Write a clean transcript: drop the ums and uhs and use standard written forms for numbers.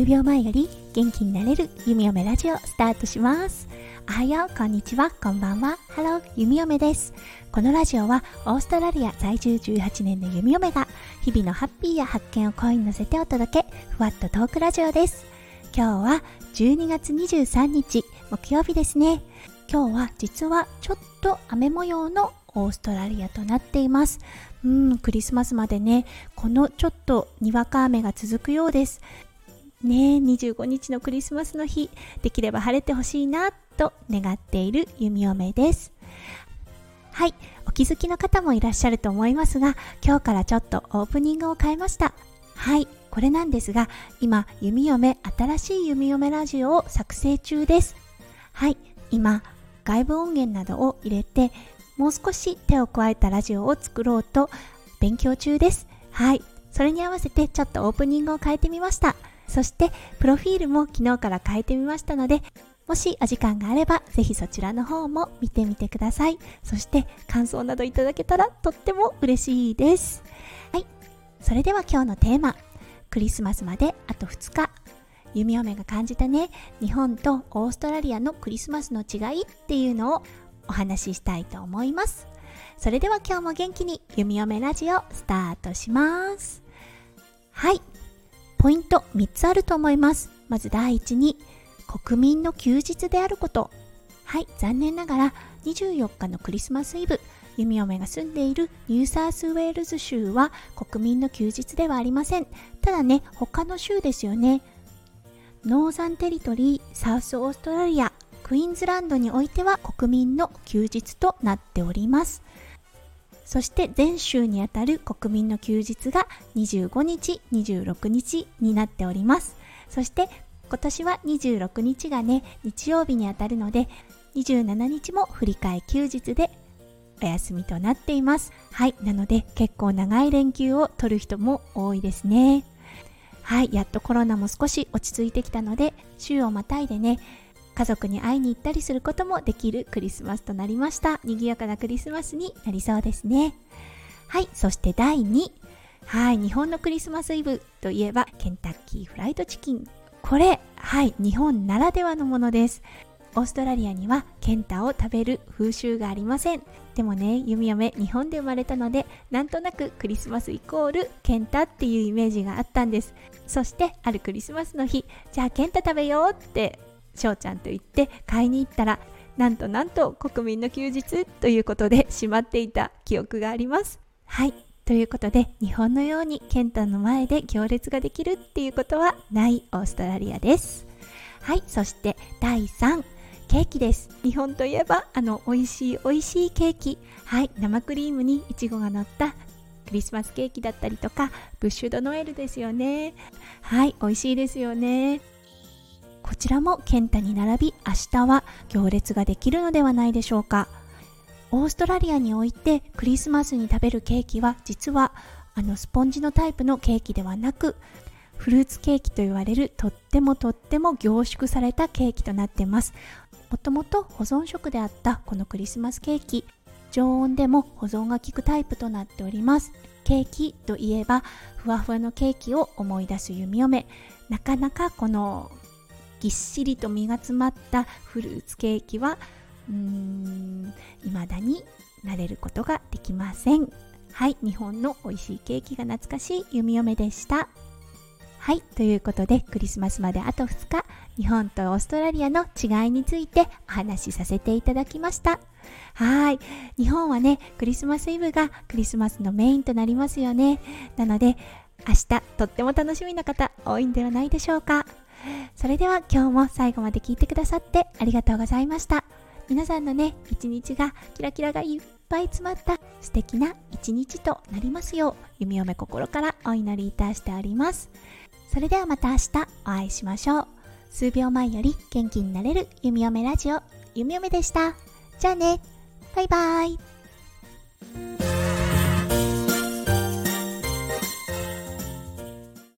数秒前より元気になれる弓嫁ラジオスタートします。おはよう、こんにちは、こんばんは。ハロー、弓嫁です。このラジオはオーストラリア在住18年の弓嫁が日々のハッピーや発見を声に乗せてお届け、ふわっとトークラジオです。今日は12月23日木曜日ですね。今日は実はちょっと雨模様のオーストラリアとなっています。クリスマスまでね、このちょっとにわか雨が続くようですね。25日のクリスマスの日、できれば晴れてほしいなと願っている弓嫁です。はい、お気づきの方もいらっしゃると思いますが、今日からちょっとオープニングを変えました。はい、これなんですが、今弓嫁新しい弓嫁ラジオを作成中です。はい、今外部音源などを入れて、もう少し手を加えたラジオを作ろうと勉強中です。はい、それに合わせてちょっとオープニングを変えてみました。そしてプロフィールも昨日から変えてみましたので、もしお時間があればぜひそちらの方も見てみてください。そして感想などいただけたらとっても嬉しいです。はい、それでは今日のテーマ、クリスマスまであと2日、弓嫁が感じたね、日本とオーストラリアのクリスマスの違いっていうのをお話ししたいと思います。それでは今日も元気に弓嫁ラジオスタートします。はい、ポイント3つあると思います。まず第一に、国民の休日であること。はい、残念ながら24日のクリスマスイブ、弓嫁が住んでいるニューサウスウェールズ州は国民の休日ではありません。ただね、他の州ですよね。ノーザンテリトリー、サウスオーストラリア、クイーンズランドにおいては国民の休日となっております。そして全州にあたる国民の休日が25日、26日になっております。そして今年は26日がね、日曜日にあたるので、27日も振り替え休日でお休みとなっています。はい、なので結構長い連休を取る人も多いですね。はい、やっとコロナも少し落ち着いてきたので、週をまたいでね、家族に会いに行ったりすることもできるクリスマスとなりました。賑やかなクリスマスになりそうですね。はい、そして第2、はい、日本のクリスマスイブといえばケンタッキーフライドチキン。これ、はい、日本ならではのものです。オーストラリアにはケンタを食べる風習がありません。でもね、弓嫁日本で生まれたので、なんとなくクリスマスイコールケンタっていうイメージがあったんです。そしてあるクリスマスの日、じゃあケンタ食べようって翔ちゃんと言って買いに行ったら、なんと国民の休日ということで閉まっていた記憶があります。はい、ということで日本のようにケンタの前で行列ができるっていうことはないオーストラリアです。はい、そして第3、ケーキです。日本といえば美味しいケーキ。はい、生クリームにイチゴが乗ったクリスマスケーキだったりとか、ブッシュドノエルですよね。はい、美味しいですよね。こちらもケンタに並び、明日は行列ができるのではないでしょうか。オーストラリアにおいてクリスマスに食べるケーキは、実はスポンジのタイプのケーキではなく、フルーツケーキと言われるとっても凝縮されたケーキとなっています。もともと保存食であったこのクリスマスケーキ、常温でも保存が効くタイプとなっております。ケーキといえばふわふわのケーキを思い出す弓嫁。なかなかこのぎっしりと身が詰まったフルーツケーキは未だに慣れることができません。はい、日本の美味しいケーキが懐かしい弓嫁でした。はい、ということでクリスマスまであと2日、日本とオーストラリアの違いについてお話しさせていただきました。はい、日本はね、クリスマスイブがクリスマスのメインとなりますよね。なので明日とっても楽しみな方多いんではないでしょうか。それでは今日も最後まで聞いてくださってありがとうございました。皆さんのね、一日がキラキラがいっぱい詰まった素敵な一日となりますよう、弓嫁心からお祈りいたしております。それではまた明日お会いしましょう。数秒前より元気になれる弓嫁ラジオ、弓嫁でした。じゃあね、バイバイ。